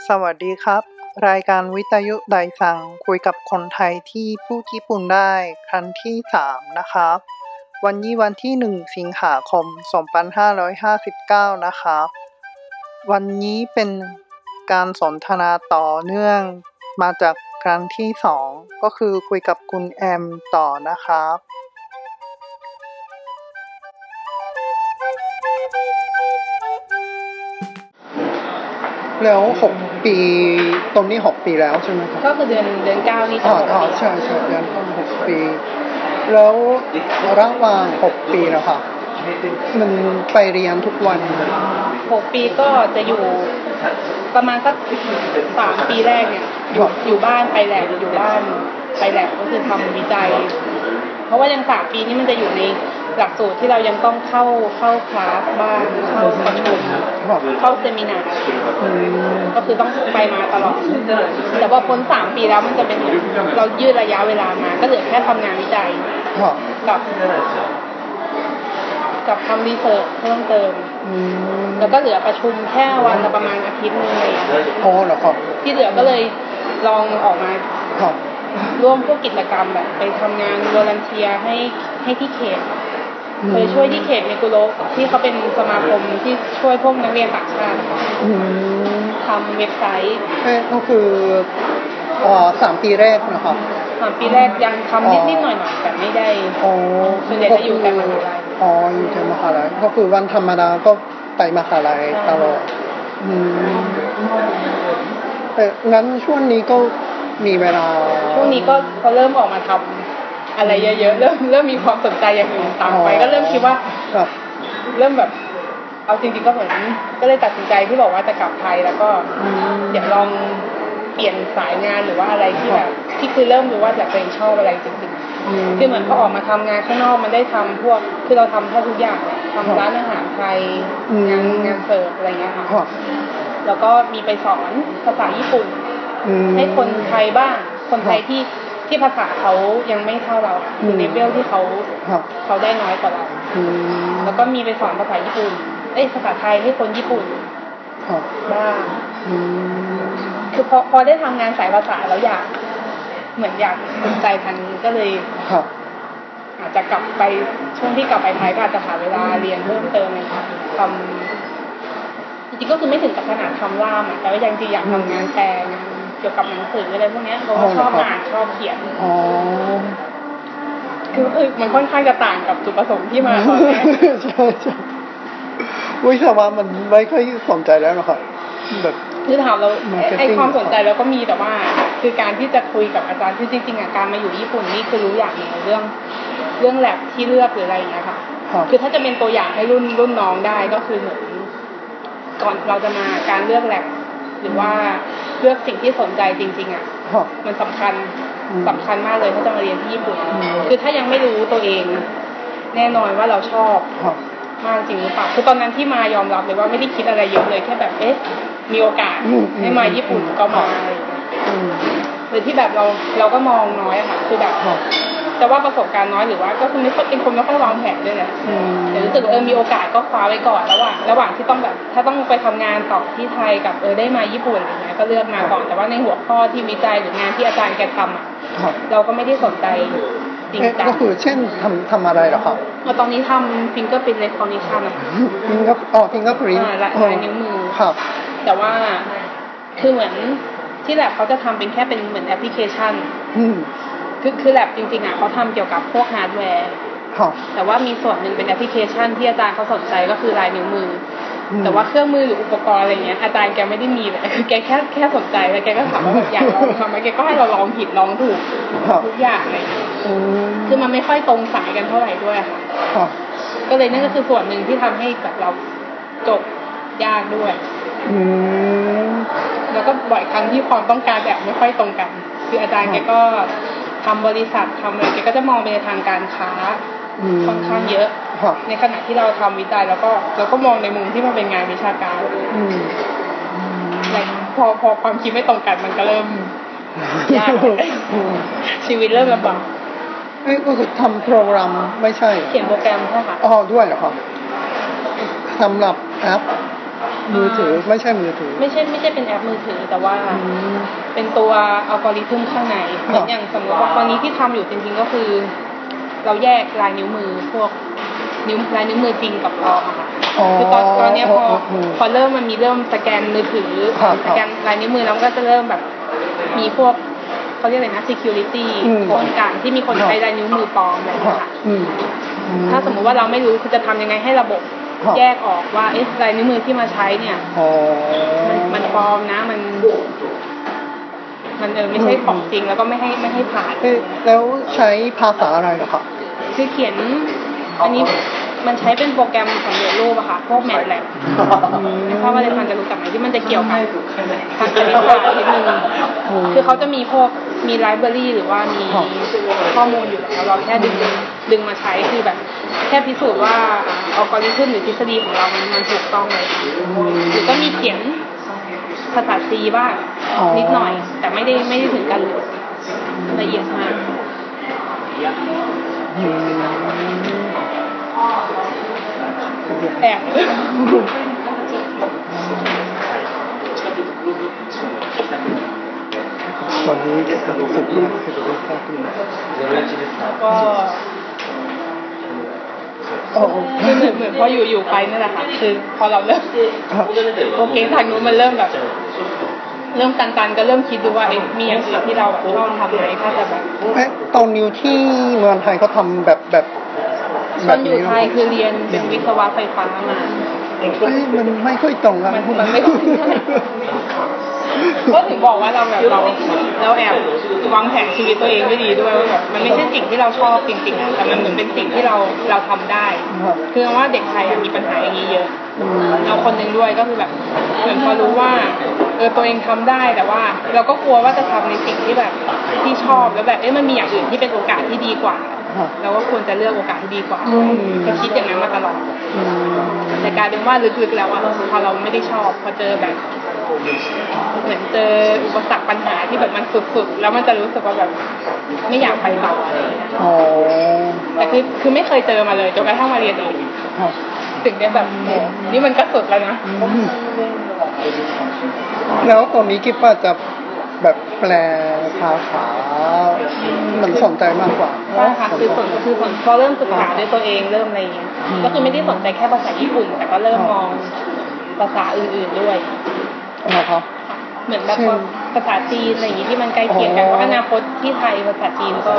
สวัสดีครับรายการวิทยุไดซังคุยกับคนไทยที่พูดญี่ปุ่นได้ครั้งที่3นะครับวันนี้วันที่1สิงหาคม2559นะครับวันนี้เป็นการสนทนาต่อเนื่องมาจากครั้งที่2ก็คือคุยกับคุณแอมต่อนะครับแล้ว6ปีตรงนี้6ปีแล้วใช่ไหมครับก็คือเดือน9นี่จะ6ปีใช่เดือน6ปีแล้วระหว่าง6ปีนะคะมันไปเรียนทุกวัน 6ปีก็จะอยู่ประมาณสัก3ปีแรกเนี่ยอยู่บ้านไปแลบอยู่บ้านไปแลบก็คือทำวิจัยเพราะว่ายัง3ปีนี้มันจะอยู่ในหลักสูตรที่เรายังต้องเข้าคลาสบ้างเข้าประชุมเข้าเซมินาร์ก็คือต้องไปมาตลอดแต่พอพ้น3ปีแล้วมันจะเป็นเรายืดระยะเวลามาก็เหลือแค่ทำงานวิจัยกับทำรีเสิร์ชเพิ่มเติมแล้วก็เหลือประชุมแค่วันละประมาณอาทิตย์นึงเลยโอ้เหรอครับที่เหลือก็เลยลองออกมาร่วมพวกกิจกรรมแบบไปทำงานวอลันเทียร์ให้ที่เขตเคยช่วยที่เขตเมกุโระที่เขาเป็นสมาคมที่ช่วยพวกนักเรียนต่างชาติทำเว็บไซต์ก็คือ3ปีแรกนะครับ 3ปีแรกยังทำนิดๆหน่อยๆแต่ไม่ได้ส่วนใหญ่จะอยู่แต่มหาลัยอยู่แต่มหาลัยก็คือวันธรรมดาก็ไปมหาลัยตลอดแต่งั้นช่วงนี้ก็มีเวลาช่วงนี้ก็พอเริ่มออกมาทำอะไรเยอะๆเริ่มมีความสนใจอย่างอื่นตามไปก็เริ่มคิดว่าเริ่มแบบเอาจริงๆก็เหมือนก็เลยตัดสินใจที่บอกว่าจะกลับไทยแล้วก็อยากลองเปลี่ยนสายงานหรือว่าอะไรที่แบบที่คือเริ่มรู้ว่าอยากตัวเองชอบอะไรจริงๆคือเหมือนพอออกมาทำงานข้างนอกมันได้ทำพวกคือเราทำแทบทุกอย่างทำร้านอาหารไทยงานเสิร์ฟอะไรเงี้ยค่ะแล้วก็มีไปสอนภาษาญี่ปุ่นให้คนไทยบ้างคนไทยที่ภาษาเขายังไม่เท่าเราคือเลเวลที่เขาได้น้อยกว่าเราแล้วก็มีไปสอนภาษาญี่ปุ่นภาษาไทยให้คนญี่ปุ่นบ้างคือพอได้ทำงานสายภาษาแล้วอยากสนใจทางนี้ก็เลยอาจจะกลับไปช่วงที่กลับไปไทยก็อาจจะหาเวลาเรียนเพิ่มเติมเลยค่ะทำจริงๆก็คือไม่ถึงกับขนาดทำล่ามแต่ว่ายังจริงอยากทำงานแปลงานเกี่ยวกับหนังสืออะไรพวกนี้เพราะว่าชอบอ่านชอบเขียนคือมันค่อนข้างจะต่างกับจุดประสงค์ที่มาตอนแรกใช่วิชาว่ามันไม่ค่อยสนใจแล้วนะครับแบบคือถามเราความสนใจเราก็มีแต่ว่าคือการที่จะคุยกับอาจารย์คือจริงๆการมาอยู่ญี่ปุ่นนี่คือรู้อย่างหนึ่งเรื่องแลบที่เลือกหรืออะไรอย่างเงี้ยค่ะคือถ้าจะเป็นตัวอย่างให้รุ่นน้องได้ก็คือเหมือนก่อนเราจะมาการเลือกแลบหรือว่าเลือกสิ่งที่สนใจจริงๆมันสำคัญมากเลยถ้าจะมาเรียนที่ญี่ปุ่นคือถ้ายังไม่รู้ตัวเองแน่นอนว่าเราชอบมากจริงหรือเปล่าคือตอนนั้นที่มายอมรับเลยว่าไม่ได้คิดอะไรเยอะเลยแค่แบบมีโอกาสให้มาญี่ปุ่นก็มาหรือที่แบบเราก็มองน้อยค่ะคือแบบแต่ว่าประสบการณ์น้อยหรือว่าก็คือไม่ค่อยเป็นคนไม่ค่อยวางแผนด้วยแหละแต่รู้สึกมีโอกาสก็คว้าไว้ก่อนระหว่างที่ต้องแบบถ้าต้องไปทำงานต่อที่ไทยกับได้มาญี่ปุ่นอะไรเงี้ยก็เลือกมาก่อนแต่ว่าในหัวข้อที่วิจัยหรืองานที่อาจารย์แกทำเราก็ไม่ได้สนใจจริงจังก็คือเช่นทำอะไรหรอครับตอนนี้ทำ fingerprint recognition นะคะ fingerprint ลายนิ้วมือครับแต่ว่าคือเหมือนที่แลบเขาจะทำเป็นแค่เป็นเหมือนแอปพลิเคชันคือแลบจริงๆเขาทำเกี่ยวกับพวกฮาร์ดแวร์แต่ว่ามีส่วนหนึ่งเป็นแอปพลิเคชันที่อาจารย์เขาสนใจก็คือลายนิ้วมือแต่ว่าเครื่องมือหรืออุปกรณ์อะไรเงี้ยอาจารย์แกไม่ได้มีเลยคือแกแค่สนใจแล้วแกก็ถามว่าแบบอยากลองทำไหมแกก็ให้เราลองผิดลองถูกทุกอย่างเลยคือมันไม่ค่อยตรงสายกันเท่าไหร่ด้วยค่ะก็เลยนั่นก็คือส่วนหนึ่งที่ทำให้แบบเราจบยากด้วยแล้วก็บ่อยครั้งที่ความต้องการแบบไม่ค่อยตรงกันคืออาจารย์แกก็ทำบริษัททำอะไรแกก็จะมองไปในทางการค้าค่อนข้างเยอะในขณะที่เราทำวิจัยแล้วก็มองในมุมที่มันเป็นงานวิชาการพอความคิดไม่ตรงกันมันก็เริ่มยากชีวิตเริ่มลำบากก็คือทำโปรแกรมไม่ใช่เขียนโปรแกรมใช่ค่ะด้วยเหรอครับสำหรับแอปมือถือไม่ใช่มือถือไม่ใช่เป็นแอปมือถือแต่ว่าเป็นตัวอัลกอริทึมข้างในเหมือนอย่างสมมติว่าตอนนี้ที่ทำอยู่จริงๆก็คือเราแยกลายนิ้วมือพวกลายนิ้วมือจริงกับปลอมอะค่ะคือตอนนี้พอเริ่มมันมีเริ่มสแกนมือถือสแกนลายนิ้วมือแล้วก็จะเริ่มแบบมีพวกเขาเรียกอะไรนะ security ป้องกันที่มีคนใช้ลายนิ้วมือปลอมอะไรอย่างเงี้ยค่ะถ้าสมมุติว่าเราไม่รู้คือจะทำยังไงให้ระบบแยกออกว่าลายนิ้วมือที่มาใช้เนี่ยมันปลอมนะมันไม่ใช่ของจริงแล้วก็ไม่ให้ผ่านแล้วใช้ภาษาอะไรเหรอคะคือเขียนอันนี้มันใช้เป็นโปรแกรมสำเร็จรูปอะค่ะพวกแมทแลบไม่ทราบว่าในพันจะรู้จักไหมที่มันจะเกี่ยวกับทางคณิตศาสตร์นิดนึงคือเขาจะมีพวกมีไลบรารีหรือว่ามีข้อมูลอยู่แล้วเราแค่ดึงมาใช้คือแบบแค่พิสูจน์ว่าอัลกอริทึมหรือทฤษฎีของเรามันถูกต้องเลยหรือก็มีเขียนภาษา C บ้างนิดหน่อยแต่ไม่ได้ถึงกันละเอียดมากแอบตอนนี้ฝึกแล้วก็คือเหมือนพออยู่ไปนั่นแหละค่ะคือพอเราเริ่มโอเคทางนู้นมันเริ่มแบบเริ่มตันก็เริ่มคิดดูว่ามีอย่างอื่นที่เราชอบทำไหมถ้าจะแบบตอนอยู่ที่เมืองไทยเขาทำแบบตอนอยู่ไทยคือเรียนเป็นวิศวะไฟฟ้ามามันไม่ค่อยตรงกันมันไม่ค่อยใช่ก็ถึงบอกว่าเราแบบเราแอบวางแผนชีวิตตัวเองไม่ดีด้วยว่าแบบมันไม่ใช่สิ่งที่เราชอบจริงๆแต่มันเหมือนเป็นสิ่งที่เราทำได้คือว่าเด็กไทยมีปัญหาอย่างนี้เยอะเราคนนึงด้วยก็คือแบบเหมือนพอรู้ว่าตัวเองทำได้แต่ว่าเราก็กลัวว่าจะทำในสิ่งที่แบบที่ชอบแล้วแบบมันมีอย่างอื่นที่เป็นโอกาสที่ดีกว่าเราก็ควรจะเลือกโอกาสที่ดีกว่าก็คิดอย่างนั้นมาตลอดแต่กลายเป็นว่าลึกๆแล้วพอเราไม่ได้ชอบพอเจอแบบเหมือนเจออุปสรรคปัญหาที่แบบมันสุดๆแล้วมันจะรู้สึกว่าแบบไม่อยากไปต่ออะไรแต่คือไม่เคยเจอมาเลยจนกระทั่งมาเรียนเองถึงได้แบบนี่มันก็สุดแล้วนะแล้วตอนนี้คิดว่าจะแบบแปลภาษามันสนใจมากกว่าใช่ค่ะคือพอเริ่มศึกษาด้วยตัวเองเริ่มอะไรอย่างเงี้ยก็คือไม่ได้สนใจแค่ภาษาญี่ปุ่นแต่ก็เริ่มมองภาษาอื่นๆด้วยนะครับเหมือนแบบภาษาจีนอะไรอย่างงี้ที่มันใกล้เคียงกันว่าอนาคตที่ไทยภาษาจีนก็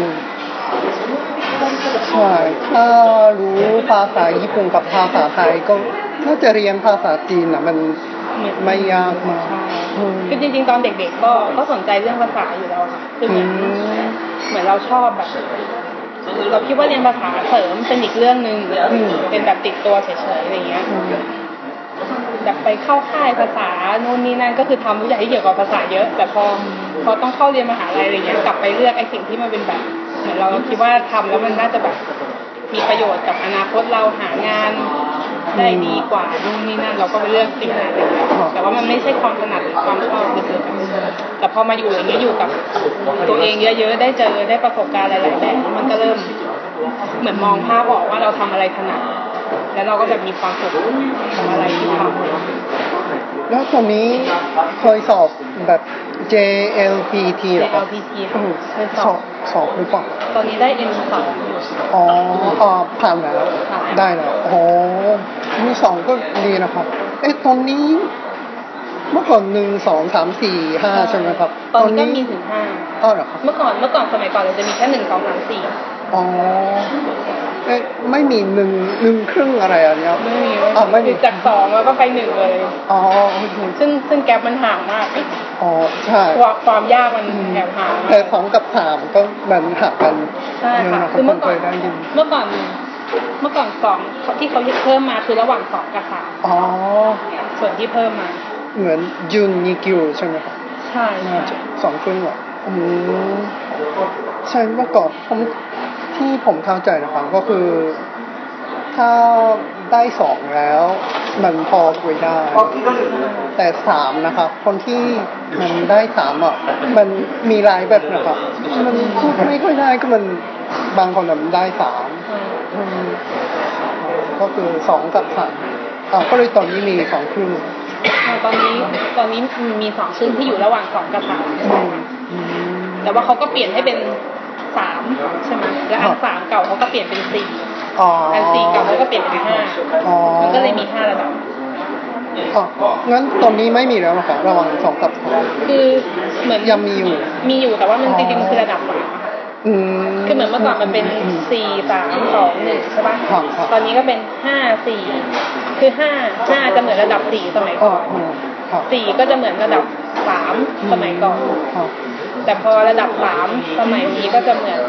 ใช่ถ้ารู้ภาษาญี่ปุ่นกับภาษาไทยก็ถ้าจะเรียนภาษาจีนน่ะมันไม่ยากมากคือจริงๆตอนเด็กๆก็สนใจเรื่องภาษาอยู่แล้วค่ะคือเหมือนเราชอบแบบเราคิดว่าเรียนภาษาเสริมเป็นอีกเรื่องนึงเป็นแบบติดตัวเฉยๆอะไรเงี้ยแบบไปเข้าค่ายภาษาโน่นนี่นั่นก็คือทำทุกอย่างที่เกี่ยวกับภาษาเยอะแต่พอต้องเข้าเรียนมหาลัยอะไรเงี้ยกลับไปเลือกไอ้สิ่งที่มันเป็นแบบเหมือนเราคิดว่าทำแล้วมันน่าจะแบบมีประโยชน์กับอนาคตเราหางานได้ดีกว่านู่นนี่นั่นเราก็ไปเลือกสิ่งนั้นแต่ว่ามันไม่ใช่ความถนัดหรือความชอบลึกๆแต่พอมาอยู่อย่างนี้อยู่กับตัวเองเยอะๆได้เจอได้ประสบการณ์หลายๆแบบมันก็เริ่มเหมือนมองภาพออกว่าเราทำอะไรถนัดแล้วเราก็จะมีความสุขทำอะไรที่ทำแล้วตอนนี้เคยสอบแบบ JLPT หรอครับ JLPT เคยสอบหรือเปล่าตอนนี้ได้ N2 ผ่านแล้วได้แล้วมี2ก็ดีนะครับตอนนี้เมื่อก่อน1 2 3 4 5ใช่ไหมครับตอนนี้ก็มีถึง5 เหรอครับเมื่อก่อนสมัยก่อนเราจะมีแค่1 2 3 4 ไม่มี1ครึ่งอะไรอันเนี้ยไม่มีจาก2แล้วก็ไป1เลยซึ่งแกปมันห่างมากใช่ความยากมันแอบห่างแต่2กับ3ก็มันห่างกันใช่ค่ะคือเมื่อก่อน2ที่เขาเพิ่มมาคือระหว่าง2กับ3ส่วนที่เพิ่มมาเหมือนยุนนิกิวใช่ไหมครับใช่ 2ครึ่งเหรอใช่เมื่อก่อนที่ผมเข้าใจนะครับก็คือถ้าได้2แล้วมันพอคุยได้แต่3นะครับคนที่มันได้3มันมีหลายแบบนะครับมันพูดไม่ค่อยได้ก็มันบางคนมันได้3ก็คือ2กับ3 ก็เลยตอนนี้มี2ครึ่งตอนนี้มี2ครึ่งที่อยู่ระหว่าง2กับ3แต่ว่าเขาก็เปลี่ยนให้เป็น3ใช่ไหมแล้วอัน3เก่าเขาก็เปลี่ยนเป็น4อัน4เก่าเขาก็เปลี่ยนเป็น5มันก็เลยมี5ระดับงั้นตอนนี้ไม่มีแล้วหรอคะระหว่าง2กับ3 คือเหมือนยังมีอยู่แต่ว่ามันจริงๆคือระดับ3คือเหมือนเมื่อก่อนมันเป็น4 3 2 1ใช่ป่ะตอนนี้ก็เป็น5 4คือ5จะเหมือนระดับ4สมัยก่อน4ก็จะเหมือนระดับ3สมัยก่อนแต่พอระดับ3สมัยนี้ก็จะเหมือน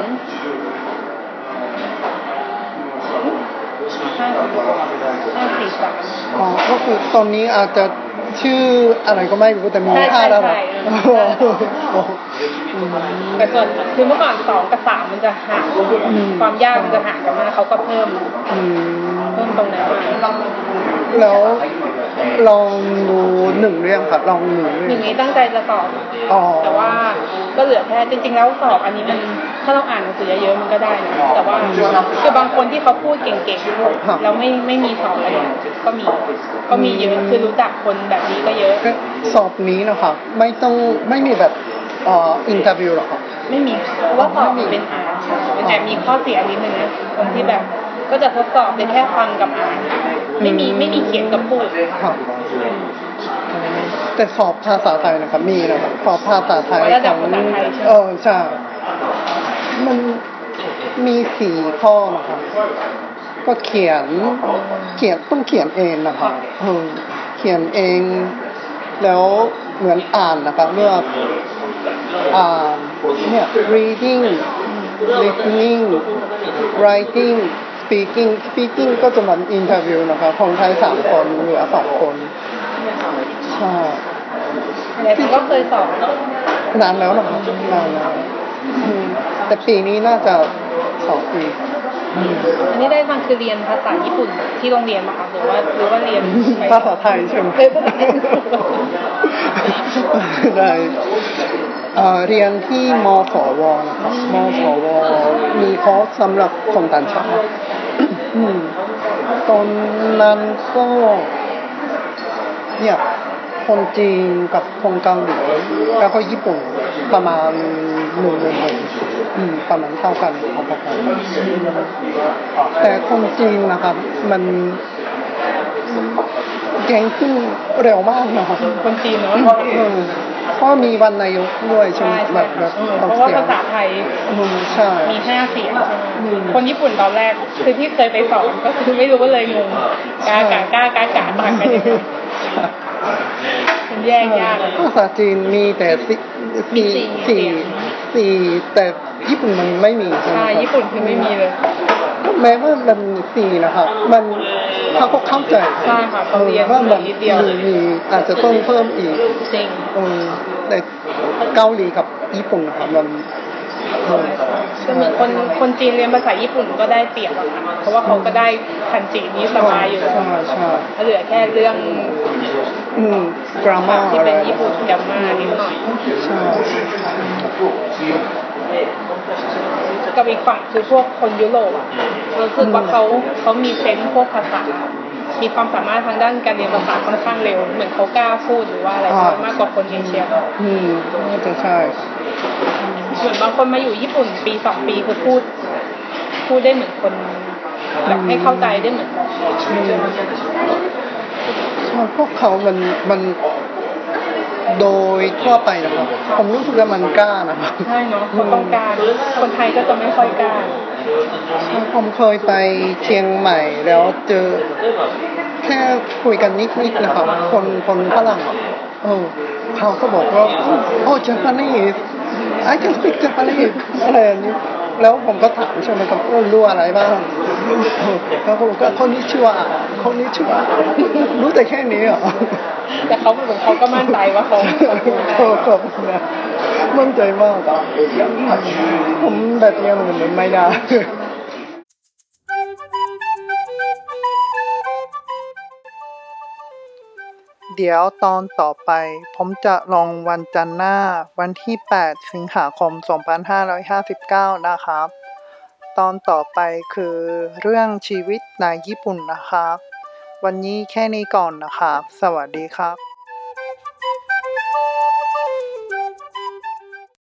ก็คือตอนนี้อาจจะชื่ออะไรก็ไม่รู้แต่มี5แล้วแต่ส่วนคือเมื่อก่อน2กับ3มันจะห่างความยากมันจะห่างกันมากเขาก็เพิ่มตรงนั้นแล้วลองดู1เรื่องครับลอง1 นี้ตั้งใจจะสอบแต่ว่าก็เหลือแค่จริงๆแล้วสอบอันนี้มันถ้าเราอ่านหนังสือเยอะๆมันก็ได้นะแต่ว่าคือบางคนที่เขาพูดเก่งๆแล้วไม่มีสอบอะไรก็มีเยอะคือรู้จักคนแบบนี้ก็เยอะสอบนี้นะครับไม่มีแบบอินเตอร์วิวหรอครับไม่มีเพราะว่าสอบเป็นอ่านมันแต่มีข้อเสียนิดนึงนะคนที่แบบก็จะทดสอบเป็นแค่ฟังกับอ่านไม่มีเขียนกับพูดแต่สอบภาษาไทยนะครับมีนะครับสอบภาษาไทยระดับภาษาไทยใช่มันมี4ข้อนะครับก็เขียนต้องเขียนเองนะครับเขียนเองแล้วเหมือนอ่านนะครับเมื่อเนี่ย reading listening writing speaking ก็จะเหมือน interview นะครับของไทย3คนเหลือ2คนใช่แล้วก็เคยสอบนานแล้วนะครับนานแล้วแต่ปีนี้น่าจะ2 ปีอันนี้ได้ฟังคือเรียนภาษาญี่ปุ่นที่โรงเรียนมาคะหรือว่าเรียนภาษาไทยใช่ไหมได้เรียนที่มสวนะครับมสวมีคอร์สสำหรับคนต่างชาติตอนนั้นก็เนี่ยคนจีนกับคนเกาหลีแล้วก็ญี่ปุ่นประมาณ1 ประมาณเท่ากันแต่คนจีนนะครับมันเก่งขึ้นเร็วมากนะครับคนจีนเนาะเพราะมีวรรณยุกต์ด้วยใช่ไหมแบบเพราะว่าภาษาไทยใช่มี5 เสียงคนญี่ปุ่นตอนแรกคือที่เคยไปสอนก็คือไม่รู้ว่าเลยงงกากาต่างกันมันแยกยากภาษาจีนมีแต่สี่แต่ญี่ปุ่นมันไม่มีใช่ญี่ปุ่นคือไม่มีเลยแม้ว่ามัน4นะครับมันเขาก็เข้าใจใช่ค่ะเขาเรียนว่ามันมีอาจจะต้องเพิ่มอีกจริงแต่เกาหลีกับญี่ปุ่นนะครับมันก็เหมือนคนจีนเรียนภาษาญี่ปุ่นก็ได้เปรียบอะค่ะเพราะว่าเขาก็ได้คันจินี้สบายอยู่ใช่เหลือแค่เรื่อง grammar ที่เป็นญี่ปุ่นกราฟมานิดหน่อยใช่กับอีกฝั่งคือพวกคนยุโรปอ่ะรู้สึกว่าเขามีเซนส์พวกภาษามีความสามารถทางด้านการเรียนภาษาค่อนข้างเร็วเหมือนเขากล้าพูดหรือว่าอะไรมากกว่าคนเอเชียน่าจะใช่เหมือนบางคนมาอยู่ญี่ปุ่นปี2 ปีคือพูดได้เหมือนคนแบบให้เข้าใจได้เหมือนพวกเขามันโดยทั่วไปนะครับผมรู้สึกว่ามันกล้านะครับใช่เนาะเขาต้องการคนไทยก็จะไม่ค่อยกล้าผมเคยไปเชียงใหม่แล้วเจอแค่คุยกันนิดๆนะครับคนฝรั่งเขาก็บอกว่าJapanese I can speak Japanese อะไรอย่างนี้แล้วผมก็ถามใช่ไหมครับรู้อะไรบ้างเขาบอกว่าคนนี้ชื่อรู้แต่แค่นี้เหรอแต่เขาก็มั่นใจว่าเขามั่นใจมากผมแบบนี้มันไม่ได้เดี๋ยวตอนต่อไปผมจะลงวันจันทร์หน้าวันที่8 สิงหาคม 2559 นะครับตอนต่อไปคือเรื่องชีวิตในญี่ปุ่นนะครับวันนี้แค่นี้ก่อนนะครับ สวัสดีครับ